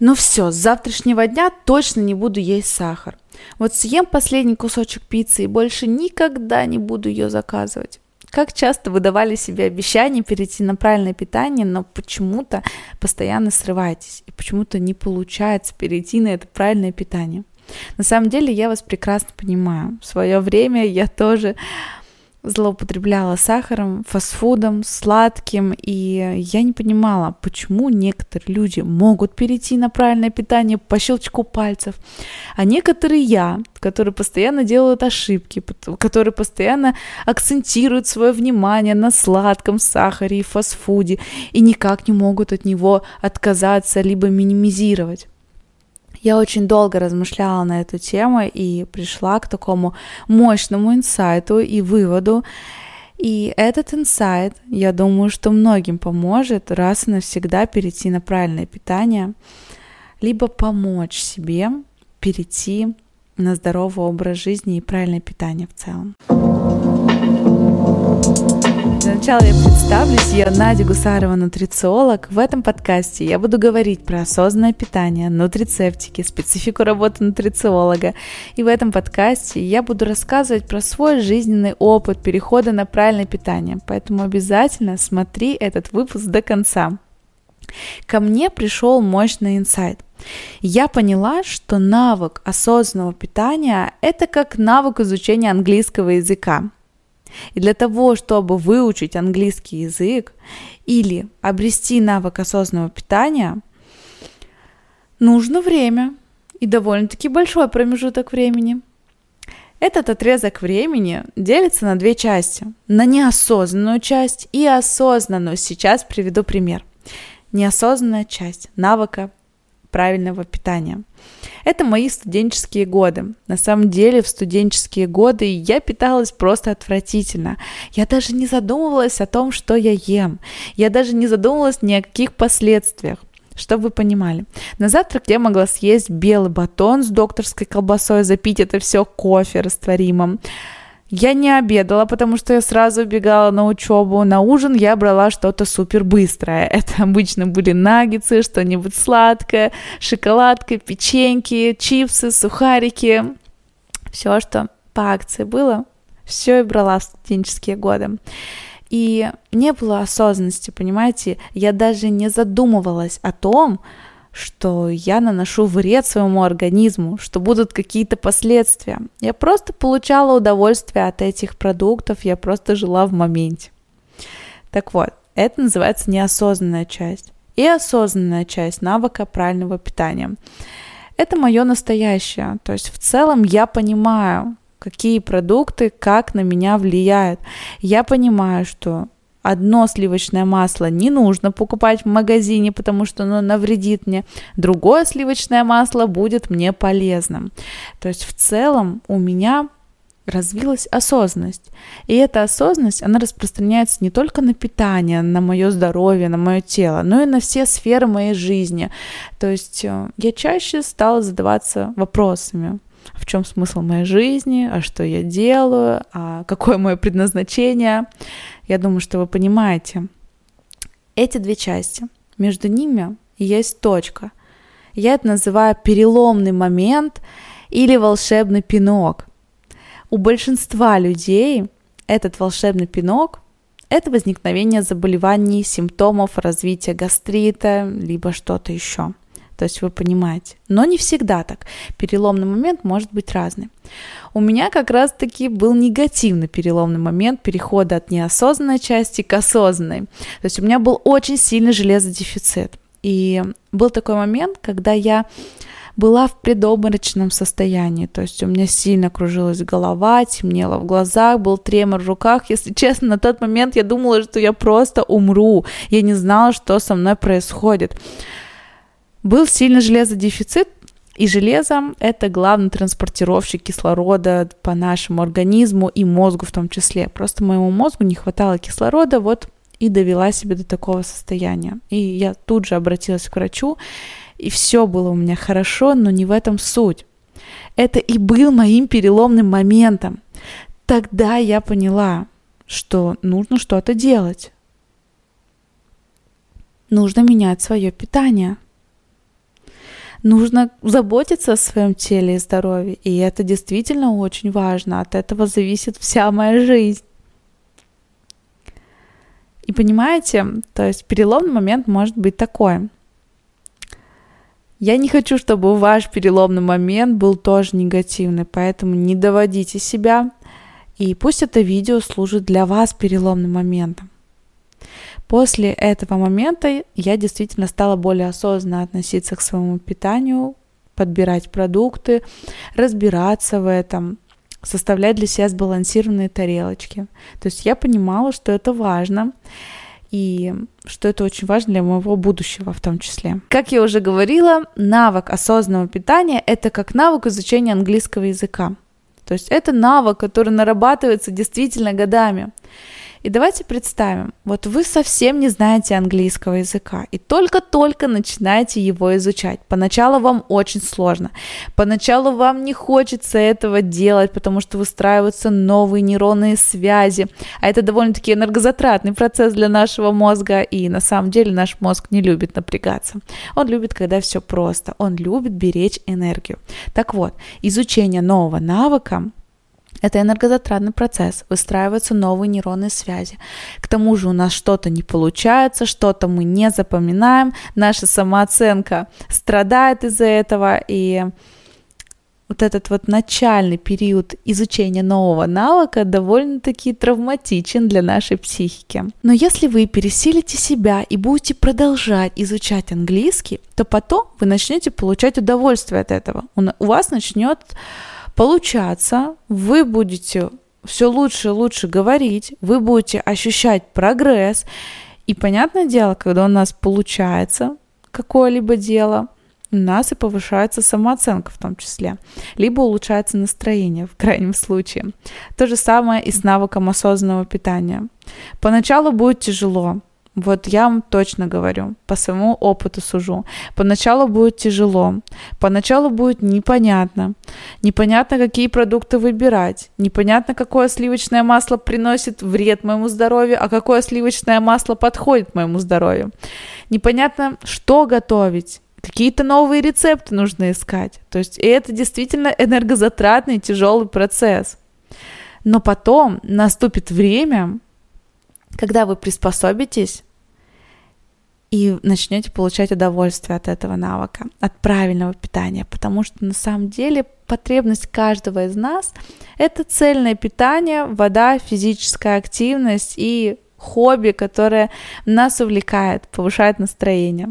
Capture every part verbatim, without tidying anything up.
Ну все, с завтрашнего дня точно не буду есть сахар. Вот съем последний кусочек пиццы и больше никогда не буду ее заказывать. Как часто вы давали себе обещание перейти на правильное питание, но почему-то постоянно срываетесь, и почему-то не получается перейти на это правильное питание. На самом деле я вас прекрасно понимаю. В свое время я тоже злоупотребляла сахаром, фастфудом, сладким, и я не понимала, почему некоторые люди могут перейти на правильное питание по щелчку пальцев, а некоторые я, которые постоянно делают ошибки, которые постоянно акцентируют свое внимание на сладком, сахаре и фастфуде и никак не могут от него отказаться либо минимизировать. Я очень долго размышляла на эту тему и пришла к такому мощному инсайту и выводу. И этот инсайт, я думаю, что многим поможет раз и навсегда перейти на правильное питание, либо помочь себе перейти на здоровый образ жизни и правильное питание в целом. Для начала я представлюсь, я Надя Гусарова, нутрициолог. В этом подкасте я буду говорить про осознанное питание, нутрицептики, специфику работы нутрициолога. И в этом подкасте я буду рассказывать про свой жизненный опыт перехода на правильное питание. Поэтому обязательно смотри этот выпуск до конца. Ко мне пришел мощный инсайт. Я поняла, что навык осознанного питания – это как навык изучения английского языка. И для того, чтобы выучить английский язык или обрести навык осознанного питания, нужно время и довольно-таки большой промежуток времени. Этот отрезок времени делится на две части. На неосознанную часть и осознанную. Сейчас приведу пример. Неосознанная часть навыка правильного питания. Это мои студенческие годы. На самом деле в студенческие годы я питалась просто отвратительно. Я даже не задумывалась о том, что я ем. Я даже не задумывалась ни о каких последствиях. Чтобы вы понимали. На завтрак я могла съесть белый батон с докторской колбасой, запить это все кофе растворимым. Я не обедала, потому что я сразу убегала на учебу. На ужин я брала что-то супер быстрое. Это обычно были наггетсы, что-нибудь сладкое, шоколадка, печеньки, чипсы, сухарики. Все, что по акции было, все я брала в студенческие годы. И не было осознанности, понимаете? Я даже не задумывалась о том, что я наношу вред своему организму, что будут какие-то последствия. Я просто получала удовольствие от этих продуктов, я просто жила в моменте. Так вот, это называется неосознанная часть. И осознанная часть навыка правильного питания. Это мое настоящее. То есть в целом я понимаю, какие продукты как на меня влияют. Я понимаю, что одно сливочное масло не нужно покупать в магазине, потому что оно навредит мне. Другое сливочное масло будет мне полезным. То есть в целом у меня развилась осознанность. И эта осознанность, она распространяется не только на питание, на мое здоровье, на мое тело, но и на все сферы моей жизни. То есть я чаще стала задаваться вопросами. В чем смысл моей жизни, а что я делаю, а какое мое предназначение. Я думаю, что вы понимаете. Эти две части, между ними есть точка. Я это называю переломный момент или волшебный пинок. У большинства людей этот волшебный пинок – это возникновение заболеваний, симптомов развития гастрита, либо что-то еще. То есть вы понимаете. Но не всегда так. Переломный момент может быть разный. У меня как раз-таки был негативный переломный момент перехода от неосознанной части к осознанной. То есть у меня был очень сильный железодефицит. И был такой момент, когда я была в предобморочном состоянии. То есть у меня сильно кружилась голова, темнело в глазах, был тремор в руках. Если честно, на тот момент я думала, что я просто умру. Я не знала, что со мной происходит. Был сильный железодефицит, и железо – это главный транспортировщик кислорода по нашему организму и мозгу в том числе. Просто моему мозгу не хватало кислорода, вот и довела себя до такого состояния. И я тут же обратилась к врачу, и все было у меня хорошо, но не в этом суть. Это и был моим переломным моментом. Тогда я поняла, что нужно что-то делать. Нужно менять свое питание. нужно заботиться о своем теле и здоровье, и это действительно очень важно, от этого зависит вся моя жизнь. И понимаете, то есть переломный момент может быть такой. Я не хочу, чтобы ваш переломный момент был тоже негативный, поэтому не доводите себя, и пусть это видео служит для вас переломным моментом. После этого момента я действительно стала более осознанно относиться к своему питанию, подбирать продукты, разбираться в этом, составлять для себя сбалансированные тарелочки. То есть я понимала, что это важно, и что это очень важно для моего будущего в том числе. Как я уже говорила, навык осознанного питания – это как навык изучения английского языка. То есть это навык, который нарабатывается действительно годами. И давайте представим, вот вы совсем не знаете английского языка и только-только начинаете его изучать. Поначалу вам очень сложно, поначалу вам не хочется этого делать, потому что выстраиваются новые нейронные связи, а это довольно-таки энергозатратный процесс для нашего мозга, и на самом деле наш мозг не любит напрягаться. Он любит, когда все просто, он любит беречь энергию. Так вот, изучение нового навыка – это энергозатратный процесс, выстраиваются новые нейронные связи. К тому же у нас что-то не получается, что-то мы не запоминаем, наша самооценка страдает из-за этого, и вот этот вот начальный период изучения нового навыка довольно-таки травматичен для нашей психики. Но если вы пересилите себя и будете продолжать изучать английский, то потом вы начнете получать удовольствие от этого. У вас начнет получаться, вы будете все лучше и лучше говорить, вы будете ощущать прогресс. И понятное дело, когда у нас получается какое-либо дело, у нас и повышается самооценка в том числе, либо улучшается настроение в крайнем случае. То же самое и с навыком осознанного питания. Поначалу будет тяжело. Вот я вам точно говорю, по своему опыту сужу. Поначалу будет тяжело, поначалу будет непонятно. Непонятно, какие продукты выбирать. Непонятно, какое сливочное масло приносит вред моему здоровью, а какое сливочное масло подходит моему здоровью. Непонятно, что готовить. Какие-то новые рецепты нужно искать. То есть и это действительно энергозатратный, тяжелый процесс. Но потом наступит время, когда вы приспособитесь и начнете получать удовольствие от этого навыка, от правильного питания, потому что на самом деле потребность каждого из нас – это цельное питание, вода, физическая активность и хобби, которое нас увлекает, повышает настроение.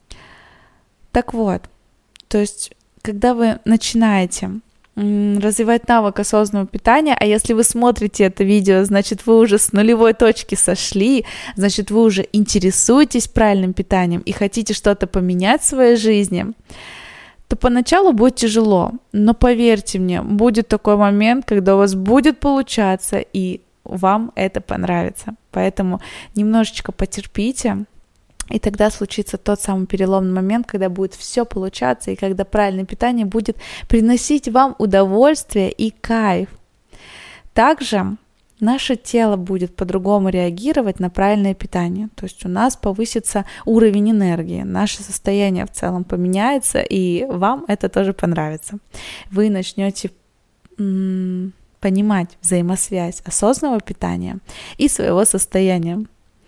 Так вот, то есть, когда вы начинаете развивать навык осознанного питания, а если вы смотрите это видео, значит, вы уже с нулевой точки сошли, значит, вы уже интересуетесь правильным питанием и хотите что-то поменять в своей жизни, то поначалу будет тяжело, но поверьте мне, будет такой момент, когда у вас будет получаться, и вам это понравится. Поэтому немножечко потерпите, и тогда случится тот самый переломный момент, когда будет все получаться, и когда правильное питание будет приносить вам удовольствие и кайф. Также наше тело будет по-другому реагировать на правильное питание. То есть у нас повысится уровень энергии, наше состояние в целом поменяется, и вам это тоже понравится. Вы начнете м- понимать взаимосвязь осознанного питания и своего состояния.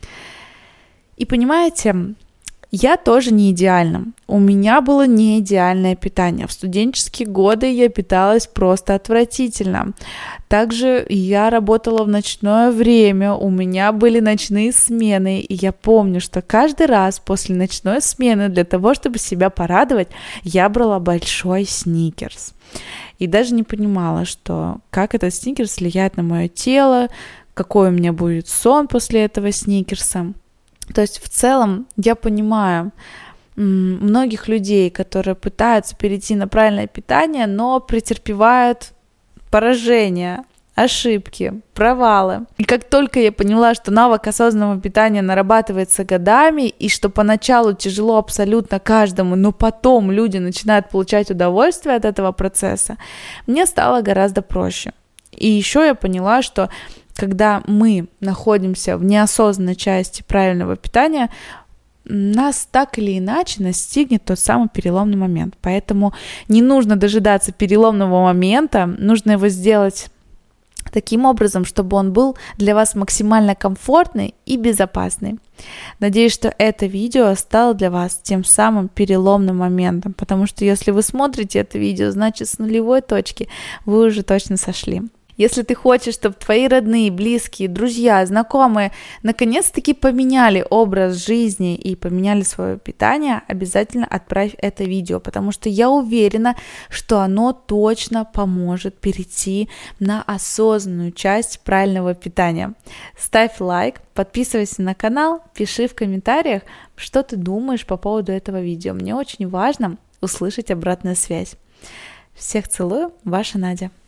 И понимаете, я тоже не идеальна. У меня было не идеальное питание. В студенческие годы я питалась просто отвратительно. Также я работала в ночное время, у меня были ночные смены, и я помню, что каждый раз после ночной смены для того, чтобы себя порадовать, я брала большой сникерс. И даже не понимала, что как этот сникерс влияет на мое тело, какой у меня будет сон после этого сникерса. То есть в целом я понимаю м- многих людей, которые пытаются перейти на правильное питание, но претерпевают поражения, ошибки, провалы. И как только я поняла, что навык осознанного питания нарабатывается годами, и что поначалу тяжело абсолютно каждому, но потом люди начинают получать удовольствие от этого процесса, мне стало гораздо проще. И еще я поняла, что когда мы находимся в неосознанной части правильного питания, нас так или иначе настигнет тот самый переломный момент. Поэтому не нужно дожидаться переломного момента, нужно его сделать таким образом, чтобы он был для вас максимально комфортный и безопасный. Надеюсь, что это видео стало для вас тем самым переломным моментом, потому что если вы смотрите это видео, значит с нулевой точки вы уже точно сошли. Если ты хочешь, чтобы твои родные, близкие, друзья, знакомые наконец-таки поменяли образ жизни и поменяли свое питание, обязательно отправь это видео, потому что я уверена, что оно точно поможет перейти на осознанную часть правильного питания. Ставь лайк, подписывайся на канал, пиши в комментариях, что ты думаешь по поводу этого видео. Мне очень важно услышать обратную связь. Всех целую, ваша Надя.